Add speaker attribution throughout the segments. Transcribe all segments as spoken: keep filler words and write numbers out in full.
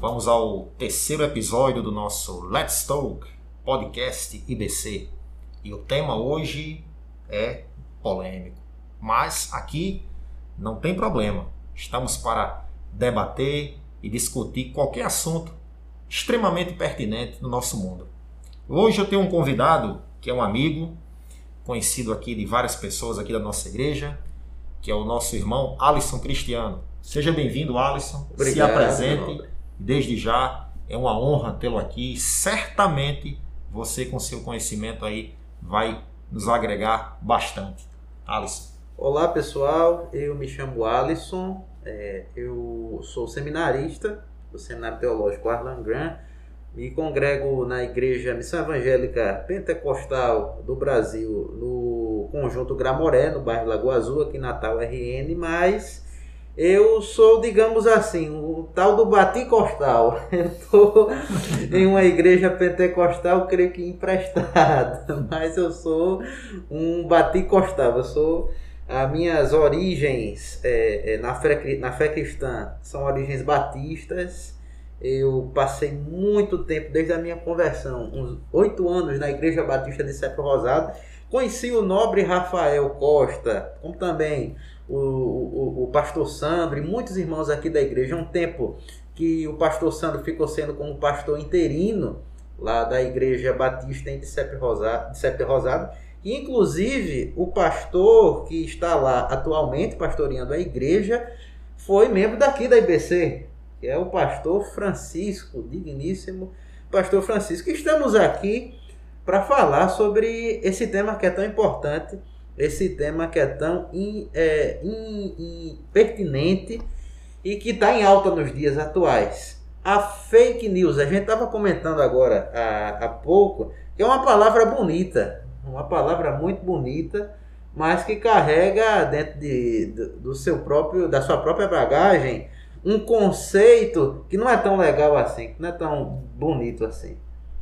Speaker 1: Vamos ao terceiro episódio do nosso Let's Talk Podcast I B C. E o tema hoje é polêmico. Mas aqui não tem problema. Estamos para debater e discutir qualquer assunto extremamente pertinente no nosso mundo. Hoje eu tenho um convidado que é um amigo, conhecido aqui de várias pessoas aqui da nossa igreja, que é o nosso irmão Alisson Cristiano. Seja bem-vindo, Alisson.
Speaker 2: Obrigado,
Speaker 1: se apresente. Desde já, é uma honra tê-lo aqui. Certamente você, com seu conhecimento aí, vai nos agregar bastante. Alisson.
Speaker 2: Olá, pessoal. Eu me chamo Alisson. É, eu sou seminarista do Seminário Teológico Harlan Grant. Me congrego na Igreja Missão Evangélica Pentecostal do Brasil, no Conjunto Gramoré, no bairro Lagoa Azul, aqui em Natal, R N, mas eu sou, digamos assim, o tal do baticostal. Eu estou em uma igreja pentecostal, creio que emprestada, mas eu sou um baticostal. Eu sou, as minhas origens é, é, na, fé, na fé cristã são origens batistas. Eu passei muito tempo, desde a minha conversão, uns oito anos na Igreja Batista de Cépio Rosado. Conheci o nobre Rafael Costa, como também o, o, o pastor Sandro e muitos irmãos aqui da igreja. Um tempo que o pastor Sandro ficou sendo como pastor interino lá da Igreja Batista em de Cépio Rosado, de Cépio Rosado. E, inclusive, o pastor que está lá atualmente pastoreando a igreja foi membro daqui da I B C, que é o pastor Francisco, digníssimo pastor Francisco. Estamos aqui para falar sobre esse tema que é tão importante, esse tema que é tão in, é, in, in, pertinente e que está em alta nos dias atuais. A fake news. A gente estava comentando agora há, há pouco que é uma palavra bonita, uma palavra muito bonita, mas que carrega dentro de, do, do seu próprio, da sua própria bagagem um conceito que não é tão legal assim, que não é tão bonito assim.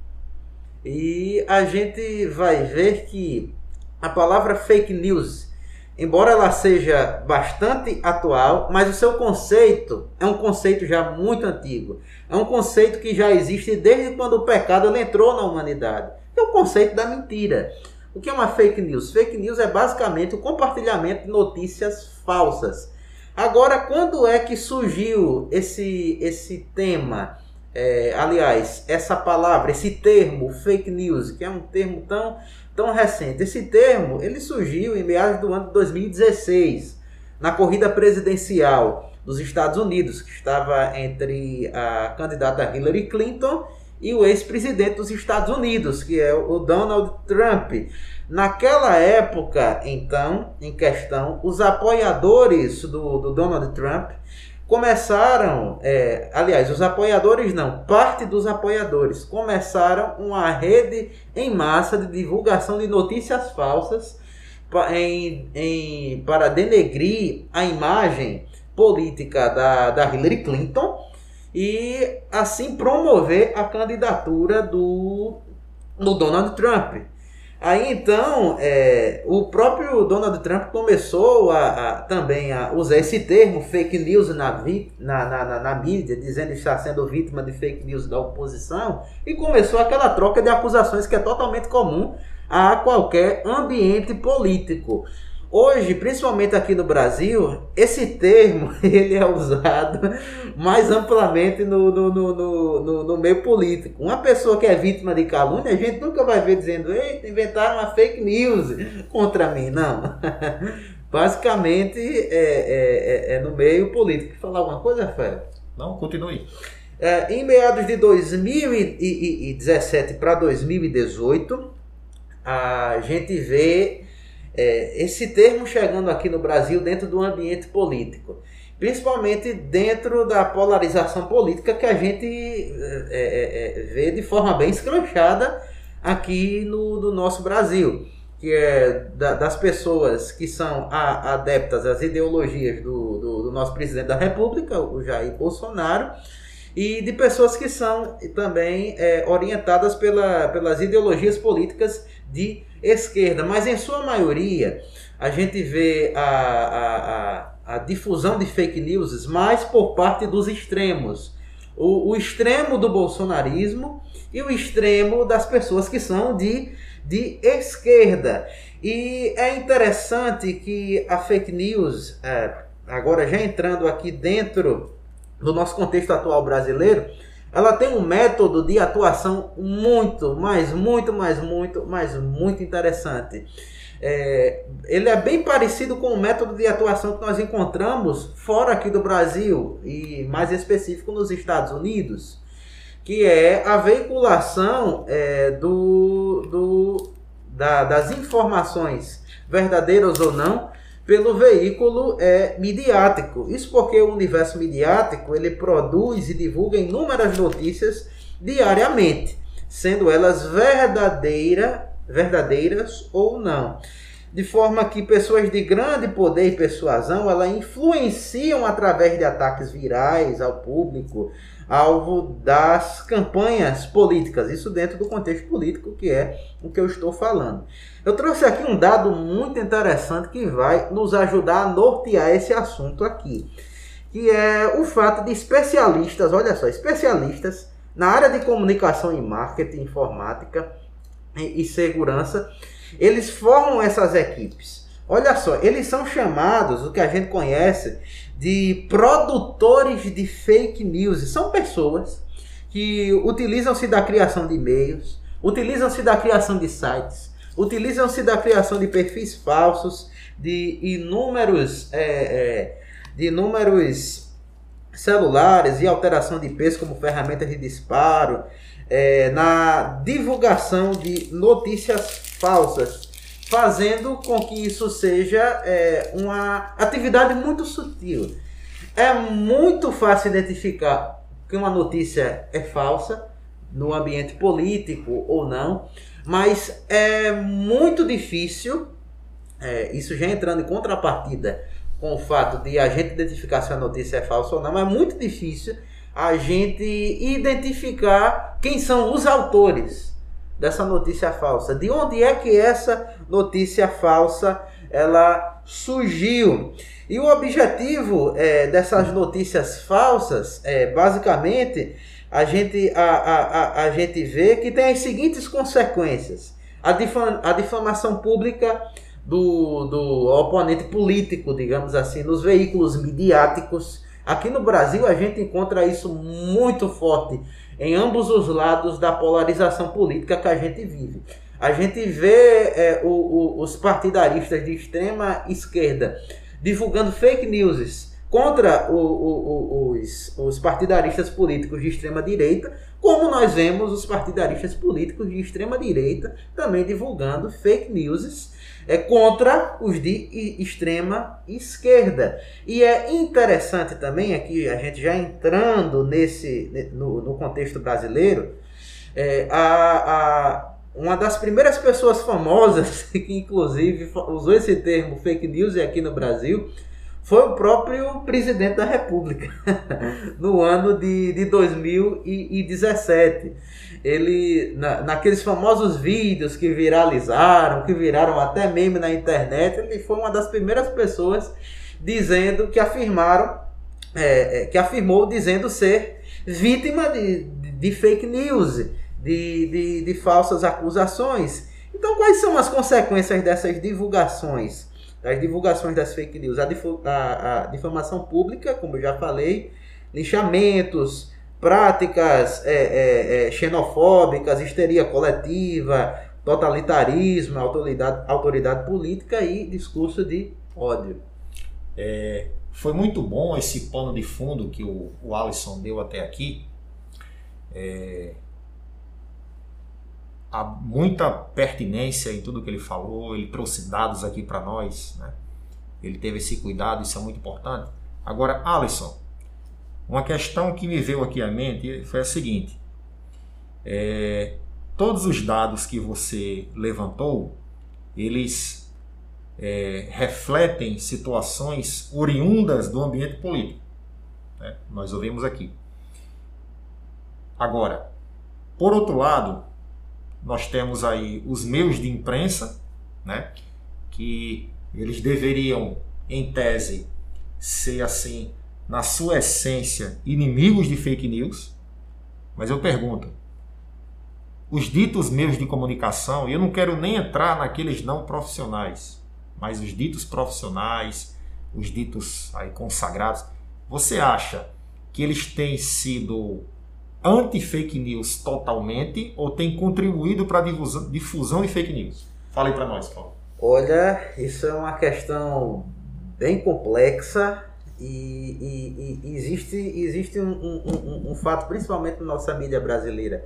Speaker 2: E a gente vai ver que a palavra fake news, embora ela seja bastante atual, mas o seu conceito é um conceito já muito antigo. É um conceito que já existe desde quando o pecado ele entrou na humanidade. É o conceito da mentira. O que é uma fake news? Fake news é basicamente o compartilhamento de notícias falsas. Agora, quando é que surgiu esse, esse tema, é, aliás, essa palavra, esse termo, fake news, que é um termo tão, tão recente? Esse termo ele surgiu em meados do ano de dois mil e dezesseis, na corrida presidencial dos Estados Unidos, que estava entre a candidata Hillary Clinton e o ex-presidente dos Estados Unidos, que é o Donald Trump. Naquela época, então, em questão, os apoiadores do, do Donald Trump começaram, é, aliás, os apoiadores não, parte dos apoiadores, começaram uma rede em massa de divulgação de notícias falsas em, em, para denegrir a imagem política da, da Hillary Clinton e assim promover a candidatura do, do Donald Trump. Aí então, é, o próprio Donald Trump começou a, a, também a usar esse termo, fake news, na, vi, na, na, na, na mídia, dizendo que está sendo vítima de fake news da oposição, e começou aquela troca de acusações que é totalmente comum a qualquer ambiente político. Hoje, principalmente aqui no Brasil, esse termo ele é usado mais amplamente no, no, no, no, no meio político. Uma pessoa que é vítima de calúnia, a gente nunca vai ver dizendo: eita, inventaram uma fake news contra mim. Não. Basicamente é, é, é no meio político. Quer falar alguma coisa, Rafael?
Speaker 1: Não, continue.
Speaker 2: É, em meados de dois mil e dezessete para dois mil e dezoito, a gente vê É, esse termo chegando aqui no Brasil dentro do ambiente político, principalmente dentro da polarização política que a gente é, é, vê de forma bem escrachada aqui no, no nosso Brasil, que é da, das pessoas que são a, adeptas às ideologias do, do, do nosso presidente da República, o Jair Bolsonaro, e de pessoas que são também é, orientadas pela, pelas ideologias políticas de esquerda, mas em sua maioria a gente vê a, a, a, a difusão de fake news mais por parte dos extremos. o, o extremo do bolsonarismo e o extremo das pessoas que são de, de esquerda. E é interessante que a fake news, é, agora já entrando aqui dentro do nosso contexto atual brasileiro, ela tem um método de atuação muito, mas muito, mas muito, mas muito interessante. É, ele é bem parecido com o método de atuação que nós encontramos fora aqui do Brasil e mais específico nos Estados Unidos, que é a veiculação é, do, do, da, das informações verdadeiras ou não pelo veículo é, midiático. Isso porque o universo midiático ele produz e divulga inúmeras notícias diariamente, sendo elas verdadeiras verdadeiras ou não, de forma que pessoas de grande poder e persuasão elas influenciam através de ataques virais ao público, alvo das campanhas políticas, isso dentro do contexto político que é o que eu estou falando. Eu trouxe aqui um dado muito interessante que vai nos ajudar a nortear esse assunto aqui, que é o fato de especialistas, olha só, especialistas na área de comunicação e marketing, informática e segurança, eles formam essas equipes. Olha só, eles são chamados, o que a gente conhece, de produtores de fake news. São pessoas que utilizam-se da criação de e-mails, utilizam-se da criação de sites, utilizam-se da criação de perfis falsos, de inúmeros, é, é, de inúmeros celulares e alteração de peso como ferramentas de disparo, É, na divulgação de notícias falsas, fazendo com que isso seja é, uma atividade muito sutil. É muito fácil identificar que uma notícia é falsa no ambiente político ou não, mas é muito difícil, é, isso já entrando em contrapartida com o fato de a gente identificar se a notícia é falsa ou não, mas é muito difícil a gente identificar quem são os autores dessa notícia falsa. De onde é que essa notícia falsa ela surgiu? E o objetivo é, dessas notícias falsas é basicamente a gente, a, a, a, a gente vê que tem as seguintes consequências. A, difam, a difamação pública do, do oponente político, digamos assim, nos veículos midiáticos. Aqui no Brasil a gente encontra isso muito forte em ambos os lados da polarização política que a gente vive. A gente vê é, o, o, os partidaristas de extrema esquerda divulgando fake news contra o, o, os, os partidaristas políticos de extrema direita, como nós vemos os partidaristas políticos de extrema direita também divulgando fake news é contra os de extrema esquerda. E é interessante também, aqui a gente já entrando nesse, no, no contexto brasileiro, é, a, a, uma das primeiras pessoas famosas que inclusive usou esse termo fake news aqui no Brasil foi o próprio presidente da República, no ano de, de dois mil e dezessete. Ele, na, naqueles famosos vídeos que viralizaram, que viraram até meme na internet, ele foi uma das primeiras pessoas dizendo que afirmaram, é, que afirmou dizendo ser vítima de, de, de fake news, de, de, de falsas acusações. Então, quais são as consequências dessas divulgações? Das divulgações das fake news, a, a, a difamação pública, como eu já falei, linchamentos, práticas é, é, é, xenofóbicas, histeria coletiva, totalitarismo, autoridade, autoridade política e discurso de ódio.
Speaker 1: É, foi muito bom esse pano de fundo que o, o Alisson deu até aqui. É, há muita pertinência em tudo que ele falou, ele trouxe dados aqui para nós, né? Ele teve esse cuidado, isso é muito importante. Agora, Alisson, uma questão que me veio aqui à mente foi a seguinte, é, todos os dados que você levantou, eles é, refletem situações oriundas do ambiente político, né? Nós ouvimos aqui. Agora, por outro lado, nós temos aí os meios de imprensa, né, que eles deveriam, em tese, ser assim na sua essência, inimigos de fake news. Mas eu pergunto, os ditos meios de comunicação, e eu não quero nem entrar naqueles não profissionais, mas os ditos profissionais, os ditos aí consagrados, você acha que eles têm sido anti-fake news totalmente ou têm contribuído para a difusão, difusão de fake news? Fala aí para nós, Paulo.
Speaker 2: Olha, isso é uma questão bem complexa e, e, e existe, existe um, um, um, um fato, principalmente na nossa mídia brasileira,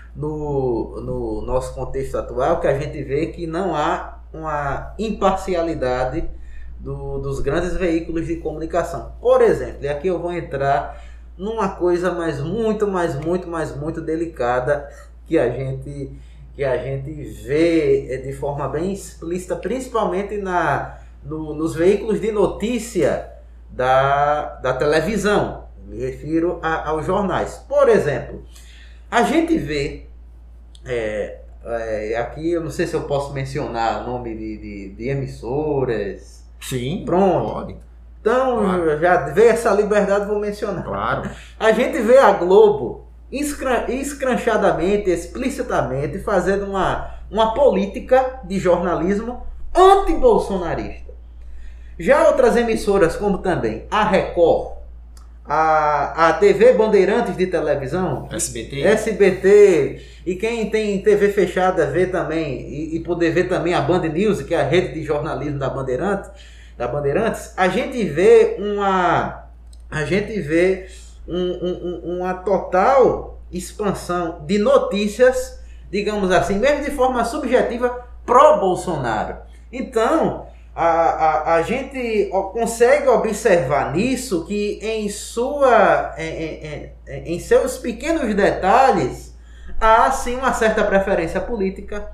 Speaker 2: no, no nosso contexto atual, que a gente vê que não há uma imparcialidade do, dos grandes veículos de comunicação. Por exemplo, e aqui eu vou entrar numa coisa mais muito, mais muito, mais muito delicada que a gente, que a gente vê de forma bem explícita, principalmente na, no, nos veículos de notícia da, da televisão. Me refiro a, aos jornais. Por exemplo, a gente vê, é, é, aqui eu não sei se eu posso mencionar nome de, de, de emissoras.
Speaker 1: Sim,
Speaker 2: pronto.
Speaker 1: Pode.
Speaker 2: Então, claro. Já vê essa liberdade, vou mencionar.
Speaker 1: Claro.
Speaker 2: A gente vê a Globo escranchadamente, explicitamente, fazendo uma, uma política de jornalismo anti-bolsonarista. Já outras emissoras, como também a Record, a, a T V Bandeirantes de televisão,
Speaker 1: S B T,
Speaker 2: S B T, e quem tem T V fechada vê também, e, e poder ver também a Band News, que é a rede de jornalismo da Bandeirantes, da Bandeirantes, a gente vê uma, a gente vê um, um, uma total expansão de notícias, digamos assim, mesmo de forma subjetiva, pró-Bolsonaro. Então, a, a, a gente consegue observar nisso que em, sua, em, em, em seus pequenos detalhes há sim uma certa preferência política,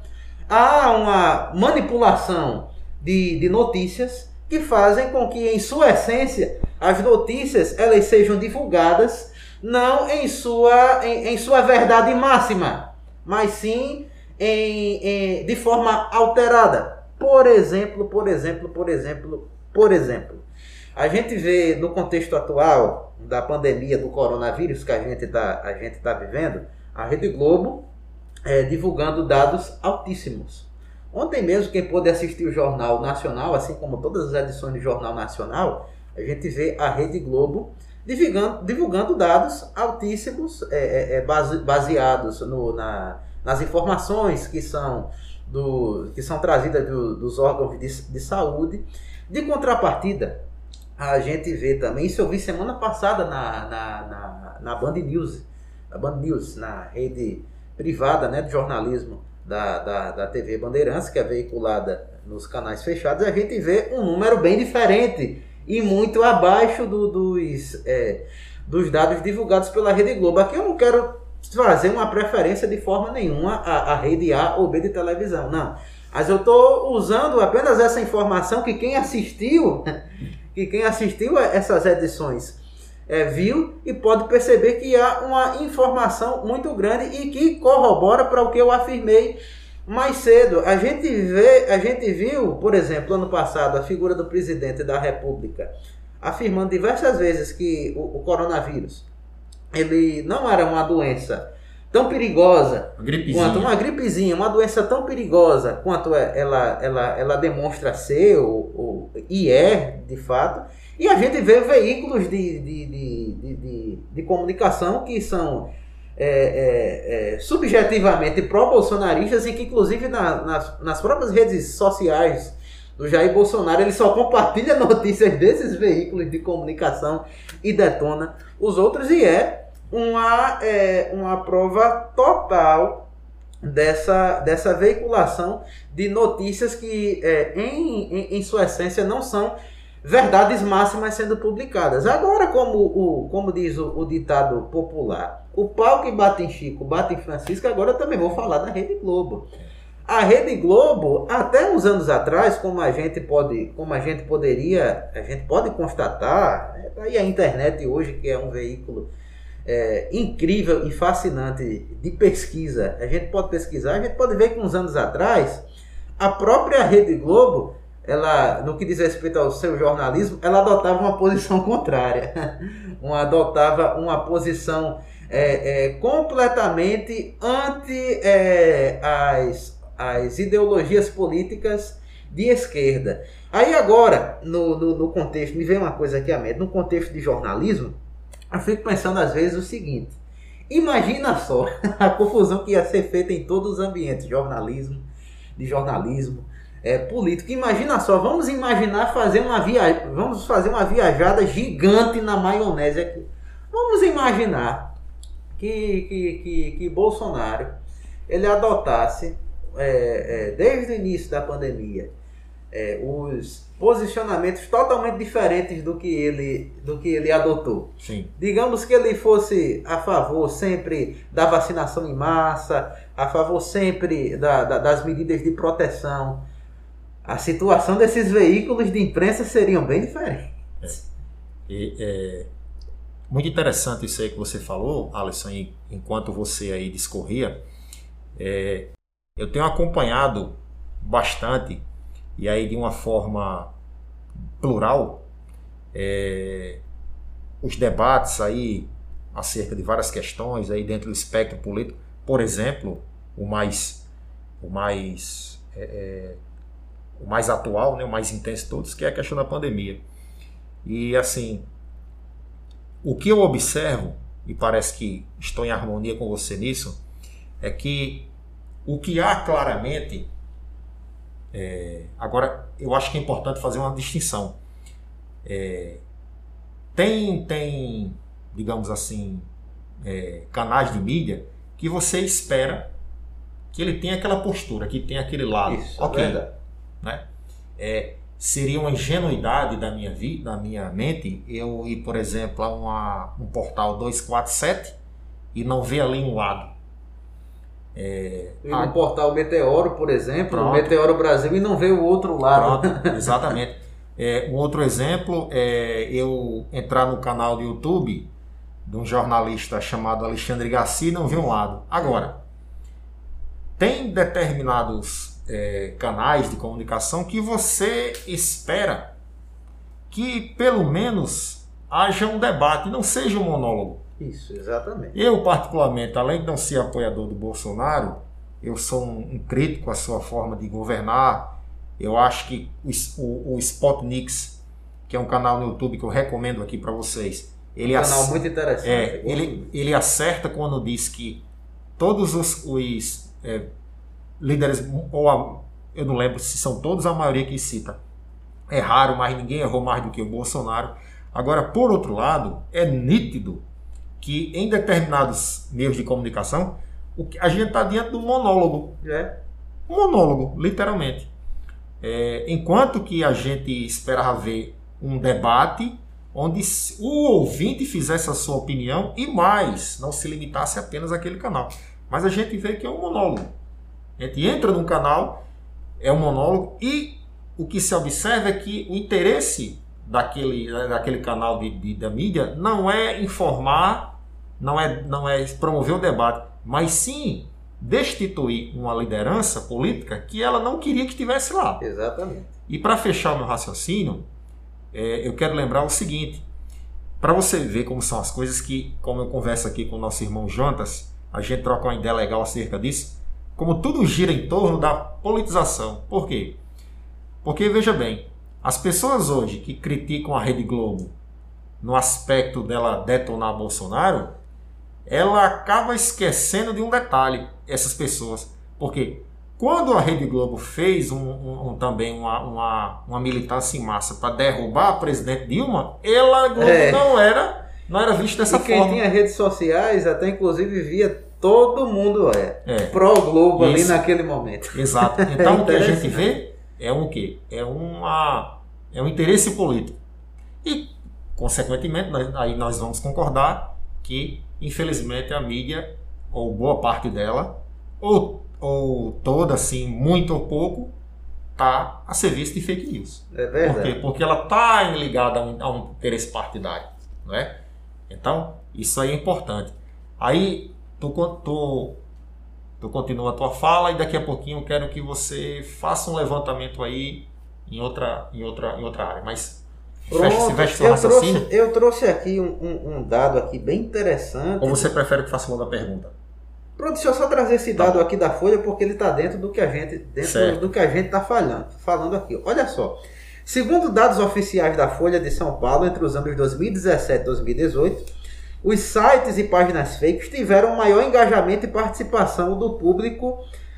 Speaker 2: há uma manipulação de, de notícias que fazem com que, em sua essência, as notícias elas sejam divulgadas não em sua, em, em sua verdade máxima, mas sim em, em, de forma alterada. Por exemplo, por exemplo, por exemplo, por exemplo, a gente vê no contexto atual da pandemia do coronavírus que a gente está a gente tá vivendo, a Rede Globo é, divulgando dados altíssimos. Ontem mesmo, quem pôde assistir o Jornal Nacional, assim como todas as edições do Jornal Nacional, a gente vê a Rede Globo divulgando, divulgando dados altíssimos, é, é, base, baseados no, na, nas informações que são, do, que são trazidas do, dos órgãos de, de saúde. De contrapartida, a gente vê também, isso eu vi semana passada na, na, na, na Band News, na Band News, na rede privada, né, de jornalismo, Da, da, da T V Bandeirantes, que é veiculada nos canais fechados, a gente vê um número bem diferente e muito abaixo do, dos, é, dos dados divulgados pela Rede Globo. Aqui eu não quero fazer uma preferência de forma nenhuma a, a Rede A ou B de televisão, não. Mas eu estou usando apenas essa informação que quem assistiu, que quem assistiu a essas edições É, viu e pode perceber que há uma informação muito grande e que corrobora para o que eu afirmei mais cedo. A gente vê, a gente viu, por exemplo, ano passado, a figura do presidente da República afirmando diversas vezes que o, o coronavírus ele não era uma doença tão perigosa quanto uma gripezinha, uma doença tão perigosa quanto ela, ela, ela demonstra ser ou, ou, e é, de fato. E a gente vê veículos de, de, de, de, de, de comunicação que são é, é, é, subjetivamente pró-bolsonaristas e que, inclusive, na, nas, nas próprias redes sociais do Jair Bolsonaro, ele só compartilha notícias desses veículos de comunicação e detona os outros. E é uma, é, uma prova total dessa, dessa veiculação de notícias que, é, em, em, em sua essência, não são verdades máximas sendo publicadas. Agora, como, o, como diz o, o ditado popular, o pau que bate em Chico, bate em Francisco, agora eu também vou falar da Rede Globo. A Rede Globo, até uns anos atrás, como a gente pode, como a gente poderia, a gente pode constatar, aí a internet hoje, que é um veículo é, incrível e fascinante de pesquisa, a gente pode pesquisar, a gente pode ver que uns anos atrás, a própria Rede Globo ela, no que diz respeito ao seu jornalismo, ela adotava uma posição contrária, uma, adotava uma posição é, é, completamente anti é, as, as ideologias políticas de esquerda. Aí agora, no, no, no contexto, me vem uma coisa aqui à mente, no contexto de jornalismo, eu fico pensando às vezes o seguinte, imagina só a confusão que ia ser feita em todos os ambientes, jornalismo, de jornalismo, É, político. Imagina só, vamos imaginar fazer uma via... vamos fazer uma viajada gigante na maionese aqui. Vamos imaginar que, que, que, que Bolsonaro ele adotasse é, é, desde o início da pandemia é, os posicionamentos totalmente diferentes do que ele, do que ele adotou.
Speaker 1: Sim.
Speaker 2: Digamos que ele fosse a favor sempre da vacinação em massa, a favor sempre da, da, das medidas de proteção. A situação desses veículos de imprensa seriam bem diferentes.
Speaker 1: É. E, é muito interessante isso aí que você falou, Alisson, e enquanto você aí discorria. É, eu tenho acompanhado bastante, e aí de uma forma plural, é, os debates aí acerca de várias questões aí dentro do espectro político. Por exemplo, o mais... O mais é, o mais atual, né, o mais intenso de todos, que é a questão da pandemia. E assim, o que eu observo, e parece que estou em harmonia com você nisso, é que o que há claramente, é, agora eu acho que é importante fazer uma distinção. É, tem, tem, digamos assim, é, canais de mídia que você espera que ele tenha aquela postura, que tenha aquele lado.
Speaker 2: Isso,
Speaker 1: ok.
Speaker 2: é verdade.
Speaker 1: Né? É, seria uma ingenuidade da minha, vida, da minha mente eu ir, por exemplo, a uma, um portal duzentos e quarenta e sete e não ver ali um lado. É,
Speaker 2: e no
Speaker 1: a...
Speaker 2: portal Meteoro, por exemplo,
Speaker 1: Pronto.
Speaker 2: o Meteoro Brasil, e não ver o outro lado.
Speaker 1: Pronto, exatamente. É, um outro exemplo é eu entrar no canal do YouTube de um jornalista chamado Alexandre Garcia e não ver um lado. Agora, tem determinados É, canais de comunicação que você espera que pelo menos haja um debate, não seja um monólogo.
Speaker 2: Isso, exatamente.
Speaker 1: Eu, particularmente, além de não ser apoiador do Bolsonaro, eu sou um, um crítico à sua forma de governar. Eu acho que o, o, o Spotnix, que é um canal no YouTube que eu recomendo aqui para vocês, ele,
Speaker 2: um canal muito interessante.
Speaker 1: É, ele, ele acerta quando diz que todos os, os é, líderes, ou a, eu não lembro se são todos, a maioria que cita, erraram, mas ninguém errou mais do que o Bolsonaro. Agora, por outro lado, é nítido que em determinados meios de comunicação o que, a gente está diante de um monólogo.
Speaker 2: É.
Speaker 1: Um monólogo, literalmente. É, enquanto que a gente esperava ver um debate onde o ouvinte fizesse a sua opinião e mais, não se limitasse apenas àquele canal. Mas a gente vê que é um monólogo. A gente entra num canal, é um monólogo, e o que se observa é que o interesse daquele, daquele canal de, de, da mídia não é informar, não é, não é promover o debate, mas sim destituir uma liderança política que ela não queria que estivesse lá.
Speaker 2: Exatamente.
Speaker 1: E para fechar o meu raciocínio, é, eu quero lembrar o seguinte, para você ver como são as coisas que, como eu converso aqui com o nosso irmão Jonas, a gente troca uma ideia legal acerca disso, como tudo gira em torno da politização. Por quê? Porque, veja bem, as pessoas hoje que criticam a Rede Globo no aspecto dela detonar Bolsonaro, ela acaba esquecendo de um detalhe, essas pessoas. Porque quando a Rede Globo fez um, um, um, também uma, uma, uma militância em massa para derrubar a presidente Dilma, ela Globo é. não era, não era vista dessa
Speaker 2: e quem
Speaker 1: forma.
Speaker 2: Quem tinha redes sociais até inclusive via todo mundo é, é. pró-Globo ali naquele momento.
Speaker 1: Exato. Então o que a gente vê é um quê? É, uma, é um interesse político. E, consequentemente, nós, aí nós vamos concordar que, infelizmente, a mídia, ou boa parte dela, ou, ou toda, assim, muito ou pouco, está a serviço de fake news.
Speaker 2: É verdade.
Speaker 1: Por quê? Porque ela está ligada a um, a um interesse partidário. Não é? Então, isso aí é importante. Aí, Tu, tu, tu continua a tua fala e daqui a pouquinho eu quero que você faça um levantamento aí em outra, em outra, em outra área. Mas
Speaker 2: Pronto,
Speaker 1: fecha, fecha
Speaker 2: eu, trouxe, eu trouxe aqui um, um, um dado aqui bem interessante.
Speaker 1: Ou você prefere que faça logo a pergunta?
Speaker 2: Pronto, deixa eu só trazer esse dado aqui da Folha, porque ele está dentro do que a gente dentro do que a gente está falando, falando aqui. Olha só. Segundo dados oficiais da Folha de São Paulo, entre os anos de dois mil e dezessete e dois mil e dezoito, os sites e páginas fakes tiveram maior engajamento e participação do público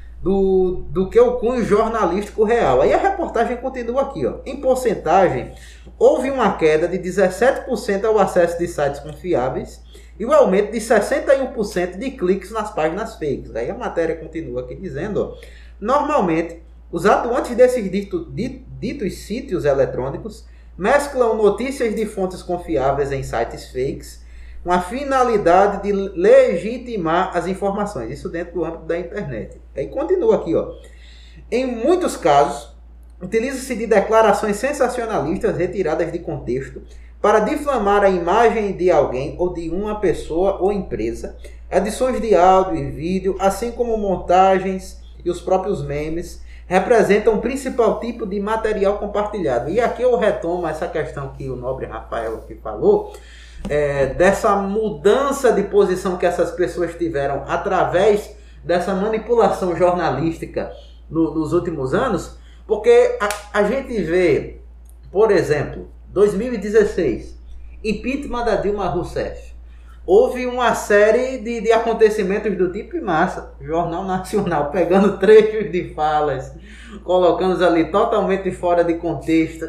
Speaker 2: do, do que o cunho jornalístico real. Aí a reportagem continua aqui, ó. Em porcentagem, houve uma queda de dezessete por cento ao acesso de sites confiáveis e o aumento de sessenta e um por cento de cliques nas páginas fakes. Aí a matéria continua aqui dizendo, ó, normalmente, os atuantes desses dito, ditos sítios eletrônicos mesclam notícias de fontes confiáveis em sites fakes com a finalidade de legitimar as informações. Isso dentro do âmbito da internet. Aí continua aqui, ó. Em muitos casos, utiliza-se de declarações sensacionalistas retiradas de contexto para difamar a imagem de alguém ou de uma pessoa ou empresa, edições de áudio e vídeo, assim como montagens e os próprios memes, representam o principal tipo de material compartilhado. E aqui eu retomo essa questão que o nobre Rafael aqui falou, é, dessa mudança de posição que essas pessoas tiveram através dessa manipulação jornalística no, nos últimos anos, porque a, a gente vê, por exemplo, dois mil e dezesseis, impeachment da Dilma Rousseff. Houve uma série de, de acontecimentos do tipo em massa. Jornal Nacional pegando trechos de falas, colocando ali totalmente fora de contexto.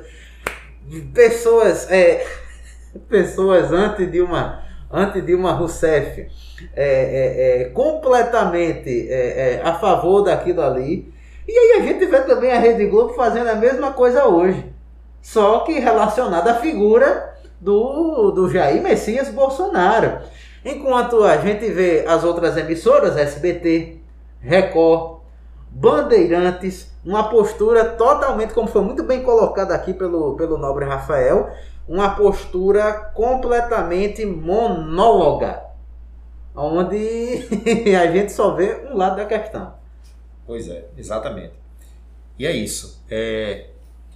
Speaker 2: Pessoas, é, pessoas antes de uma, antes de uma Rousseff é, é, é, completamente é, é, a favor daquilo ali. E aí a gente vê também a Rede Globo fazendo a mesma coisa hoje. Só que relacionada à figura do, do Jair Messias Bolsonaro. Enquanto a gente vê as outras emissoras, S B T, Record, Bandeirantes, uma postura totalmente, como foi muito bem colocado aqui pelo, pelo nobre Rafael, uma postura completamente monóloga, onde a gente só vê um lado da questão.
Speaker 1: Pois é, exatamente. E é isso. É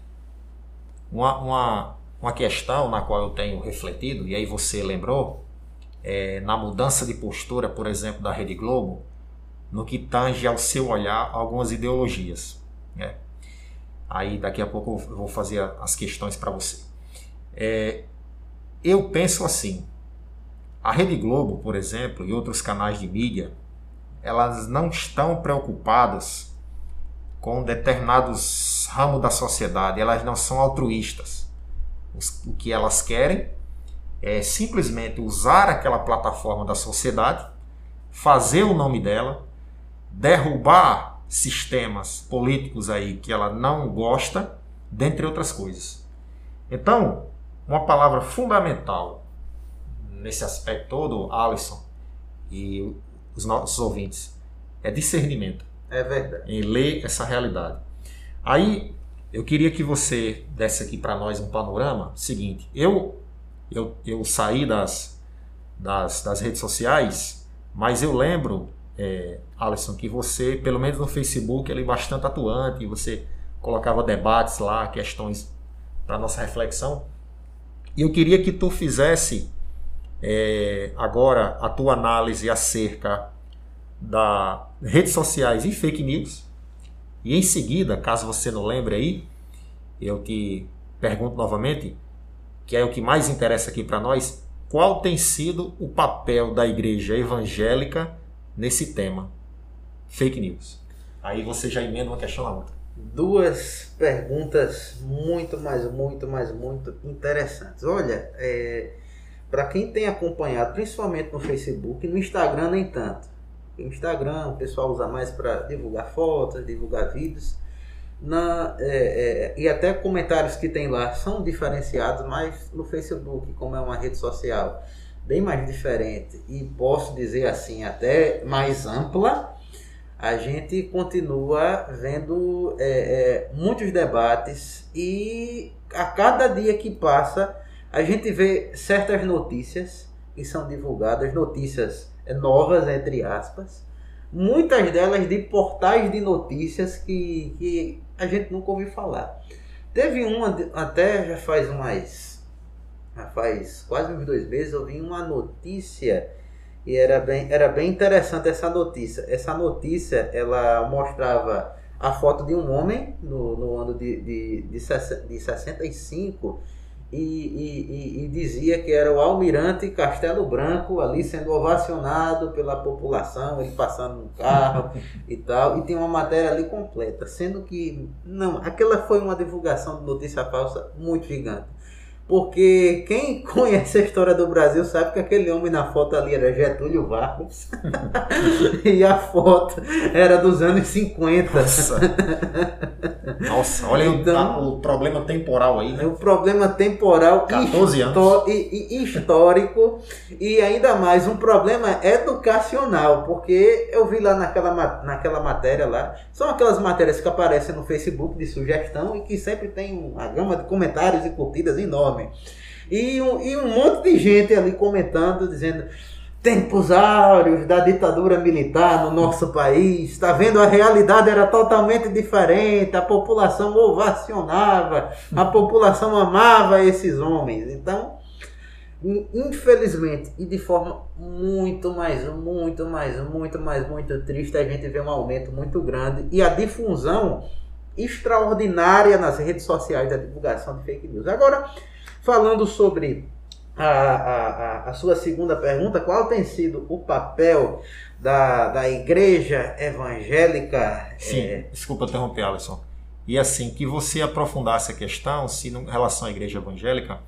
Speaker 1: uma... uma... Uma questão na qual eu tenho refletido, e aí você lembrou, é, na mudança de postura, por exemplo, da Rede Globo, no que tange ao seu olhar algumas ideologias. Né? Aí daqui a pouco eu vou fazer as questões para você. É, eu penso assim, a Rede Globo, por exemplo, e outros canais de mídia, elas não estão preocupadas com determinados ramos da sociedade, elas não são altruístas. O que elas querem é simplesmente usar aquela plataforma da sociedade, fazer o nome dela, derrubar sistemas políticos aí que ela não gosta, dentre outras coisas. Então, uma palavra fundamental nesse aspecto todo, Alisson e os nossos ouvintes, é discernimento.
Speaker 2: É verdade.
Speaker 1: Em ler essa realidade. Aí, eu queria que você desse aqui para nós um panorama seguinte. Eu, eu, eu saí das, das, das redes sociais, mas eu lembro, é, Alisson, que você, pelo menos no Facebook, ele é bastante atuante, você colocava debates lá, questões para nossa reflexão. E eu queria que tu fizesse é, agora a tua análise acerca das redes sociais e fake news. E em seguida, caso você não lembre aí, eu te pergunto novamente, que é o que mais interessa aqui para nós, qual tem sido o papel da igreja evangélica nesse tema? Fake news. Aí você já emenda uma questão na outra.
Speaker 2: Duas perguntas muito, mas muito, mas muito interessantes. Olha, é, para quem tem acompanhado, principalmente no Facebook, no Instagram nem tanto. O Instagram o pessoal usa mais para divulgar fotos, divulgar vídeos. Na, é, é, e até comentários que tem lá são diferenciados, mas no Facebook, como é uma rede social bem mais diferente e posso dizer assim, até mais ampla, a gente continua vendo é, é, muitos debates e a cada dia que passa a gente vê certas notícias que são divulgadas, notícias novas, entre aspas, muitas delas de portais de notícias que, que a gente nunca ouviu falar. Teve uma, até já faz umas, já faz quase uns dois meses, eu vi uma notícia e era bem, era bem interessante essa notícia. Essa notícia, ela mostrava a foto de um homem no, no ano de, de, de, de sessenta e cinco e, e, e, e dizia que era o almirante Castelo Branco ali sendo ovacionado pela população, ele passando no carro e tal, e tem uma matéria ali completa, sendo que não, aquela foi uma divulgação de notícia falsa muito gigante. Porque quem conhece a história do Brasil sabe que aquele homem na foto ali era Getúlio Vargas e a foto era dos anos cinquenta.
Speaker 1: Nossa, Nossa olha então, o, o problema temporal aí, né?
Speaker 2: O problema temporal
Speaker 1: quatorze anos.
Speaker 2: E, e histórico e ainda mais um problema educacional, porque eu vi lá naquela, naquela matéria lá, são aquelas matérias que aparecem no Facebook de sugestão e que sempre tem uma gama de comentários e curtidas enorme. E um, e um monte de gente ali comentando, dizendo tempos áureos da ditadura militar no nosso país, está vendo, a realidade era totalmente diferente, a população ovacionava, a população amava esses homens. Então, infelizmente, e de forma muito mais, muito mais, muito mais, muito triste, a gente vê um aumento muito grande e a difusão extraordinária nas redes sociais da divulgação de fake news. Agora, falando sobre a, a, a sua segunda pergunta, qual tem sido o papel da, da igreja evangélica?
Speaker 1: Sim, é... desculpa interromper, Alisson. E assim, que você aprofundasse a questão, se em relação à igreja evangélica,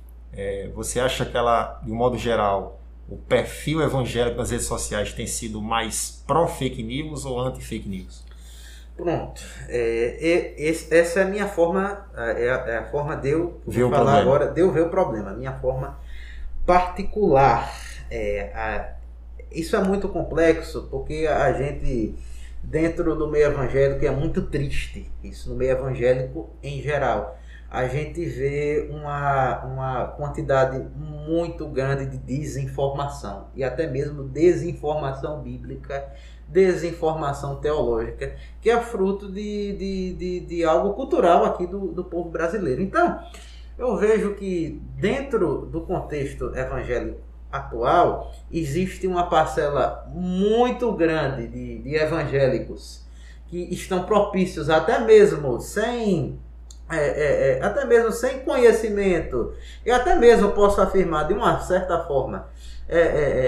Speaker 1: é, você acha que ela, de um modo geral, o perfil evangélico nas redes sociais tem sido mais pró-fake news ou anti-fake news?
Speaker 2: Pronto, é, é, essa é a minha forma, é a, é a forma de eu
Speaker 1: ver o
Speaker 2: falar
Speaker 1: problema.
Speaker 2: agora, de eu ver o problema, a minha forma particular. É, a, isso é muito complexo, porque a gente, dentro do meio evangélico, é muito triste, isso no meio evangélico em geral. A gente vê uma, uma quantidade muito grande de desinformação, e até mesmo desinformação bíblica, desinformação teológica, que é fruto de, de, de, de algo cultural aqui do, do povo brasileiro. Então, eu vejo que dentro do contexto evangélico atual, existe uma parcela muito grande de, de evangélicos que estão propícios, até mesmo sem, é, é, é, até mesmo sem conhecimento, e até mesmo posso afirmar de uma certa forma, é, é,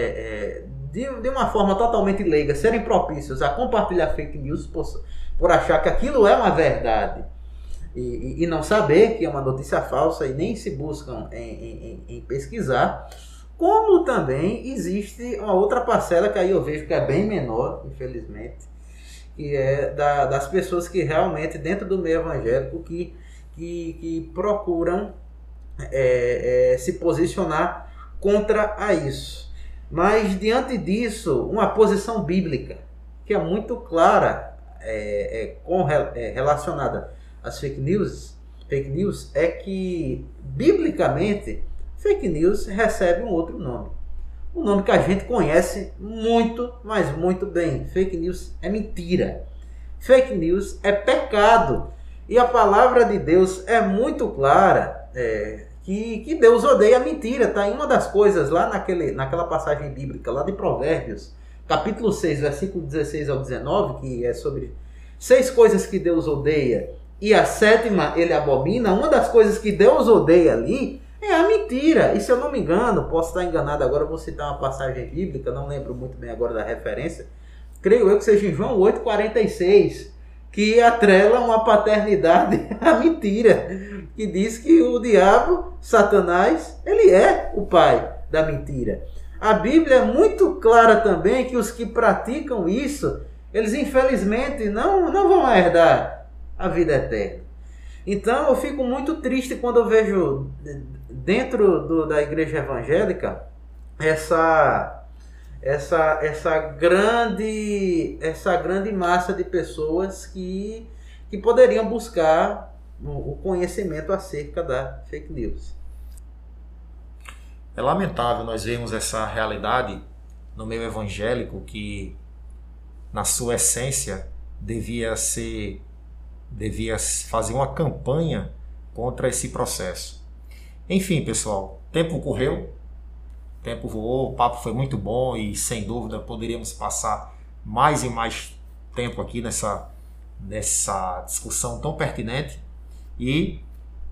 Speaker 2: é, De, de uma forma totalmente leiga, serem propícios a compartilhar fake news por, por achar que aquilo é uma verdade e, e, e não saber que é uma notícia falsa e nem se buscam em, em, em pesquisar, como também existe uma outra parcela que aí eu vejo que é bem menor, infelizmente, que é da, das pessoas que realmente dentro do meio evangélico que, que, que procuram é, é, se posicionar contra a isso. Mas, diante disso, uma posição bíblica, que é muito clara, é, é, com, é, relacionada às fake news, fake news, é que, biblicamente, fake news recebe um outro nome. Um nome que a gente conhece muito, mas muito bem. Fake news é mentira. Fake news é pecado. E a palavra de Deus é muito clara, é, Que, que Deus odeia a mentira, tá? Em uma das coisas lá naquele, naquela passagem bíblica, lá de Provérbios, capítulo seis, versículo dezesseis ao dezenove, que é sobre seis coisas que Deus odeia, e a sétima ele abomina. Uma das coisas que Deus odeia ali é a mentira. E se eu não me engano, posso estar enganado agora, vou citar uma passagem bíblica, não lembro muito bem agora da referência, creio eu que seja em João oito, quarenta e seis, que atrela uma paternidade à mentira, que diz que o diabo, Satanás, ele é o pai da mentira. A Bíblia é muito clara também que os que praticam isso, eles infelizmente não, não vão herdar a vida eterna. Então eu fico muito triste quando eu vejo dentro do, da igreja evangélica essa... Essa, essa, grande, essa grande massa de pessoas que, que poderiam buscar o conhecimento acerca da fake news.
Speaker 1: É lamentável nós vermos essa realidade no meio evangélico que, na sua essência, devia ser, devia fazer uma campanha contra esse processo. Enfim, pessoal, o tempo correu, o tempo voou, o papo foi muito bom e sem dúvida poderíamos passar mais e mais tempo aqui nessa, nessa discussão tão pertinente. E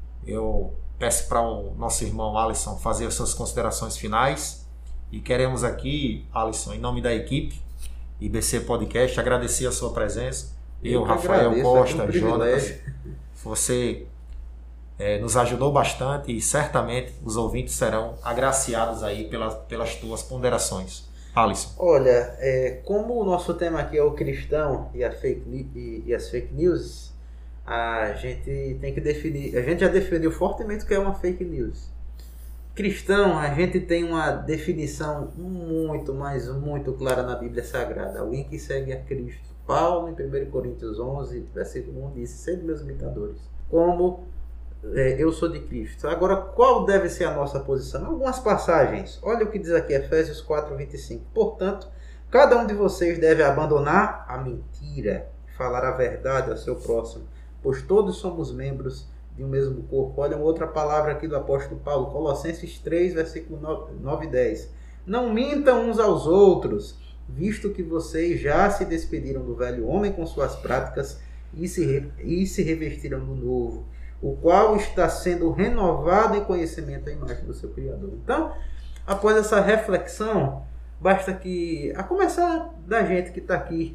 Speaker 1: eu peço para o nosso irmão Alisson fazer as suas considerações finais e queremos aqui, Alisson, em nome da equipe I B C Podcast, agradecer a sua presença. Eu,
Speaker 2: Eu
Speaker 1: Rafael
Speaker 2: agradeço,
Speaker 1: Costa,
Speaker 2: é um
Speaker 1: Jonatas,
Speaker 2: privilégio.
Speaker 1: você é, nos ajudou bastante e certamente os ouvintes serão agraciados aí pelas, pelas tuas ponderações. Alisson.
Speaker 2: Olha, é, como o nosso tema aqui é o cristão e, a fake, e, e as fake news, a gente tem que definir, a gente já definiu fortemente o que é uma fake news. Cristão, a gente tem uma definição muito, mas muito clara na Bíblia Sagrada. Alguém que segue a Cristo. Paulo, em primeira Coríntios onze, versículo um, disse: sede meus imitadores, como é, eu sou de Cristo. Agora, qual deve ser a nossa posição? Algumas passagens. Olha o que diz aqui, Efésios quatro, vinte e cinco. Portanto, cada um de vocês deve abandonar a mentira, falar a verdade ao seu próximo, pois todos somos membros de um mesmo corpo. Olha uma outra palavra aqui do apóstolo Paulo, Colossenses três, versículo nove e dez. Não mintam uns aos outros, visto que vocês já se despediram do velho homem com suas práticas e se, re... e se revestiram do novo, o qual está sendo renovado em conhecimento à imagem do seu Criador. Então, após essa reflexão, basta que, a começar da gente que está aqui,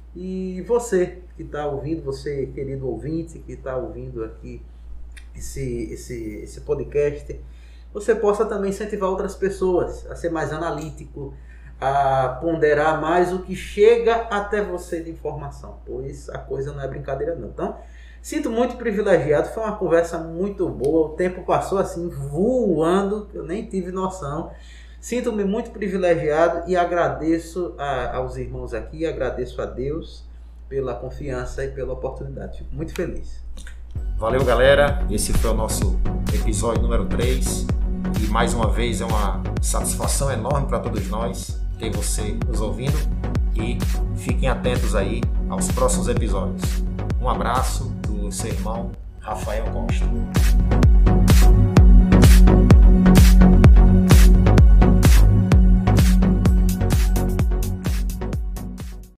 Speaker 2: e você que está ouvindo, você querido ouvinte que está ouvindo aqui esse, esse, esse podcast, você possa também incentivar outras pessoas a ser mais analítico, a ponderar mais o que chega até você de informação, pois a coisa não é brincadeira não. Então, sinto muito privilegiado, foi uma conversa muito boa, o tempo passou assim voando, eu nem tive noção. Sinto-me muito privilegiado e agradeço a, aos irmãos aqui, agradeço a Deus pela confiança e pela oportunidade. Fico muito feliz.
Speaker 1: Valeu, galera. Esse foi o nosso episódio número três. E mais uma vez é uma satisfação enorme para todos nós ter você nos ouvindo. E fiquem atentos aí aos próximos episódios. Um abraço do seu irmão Rafael Costa.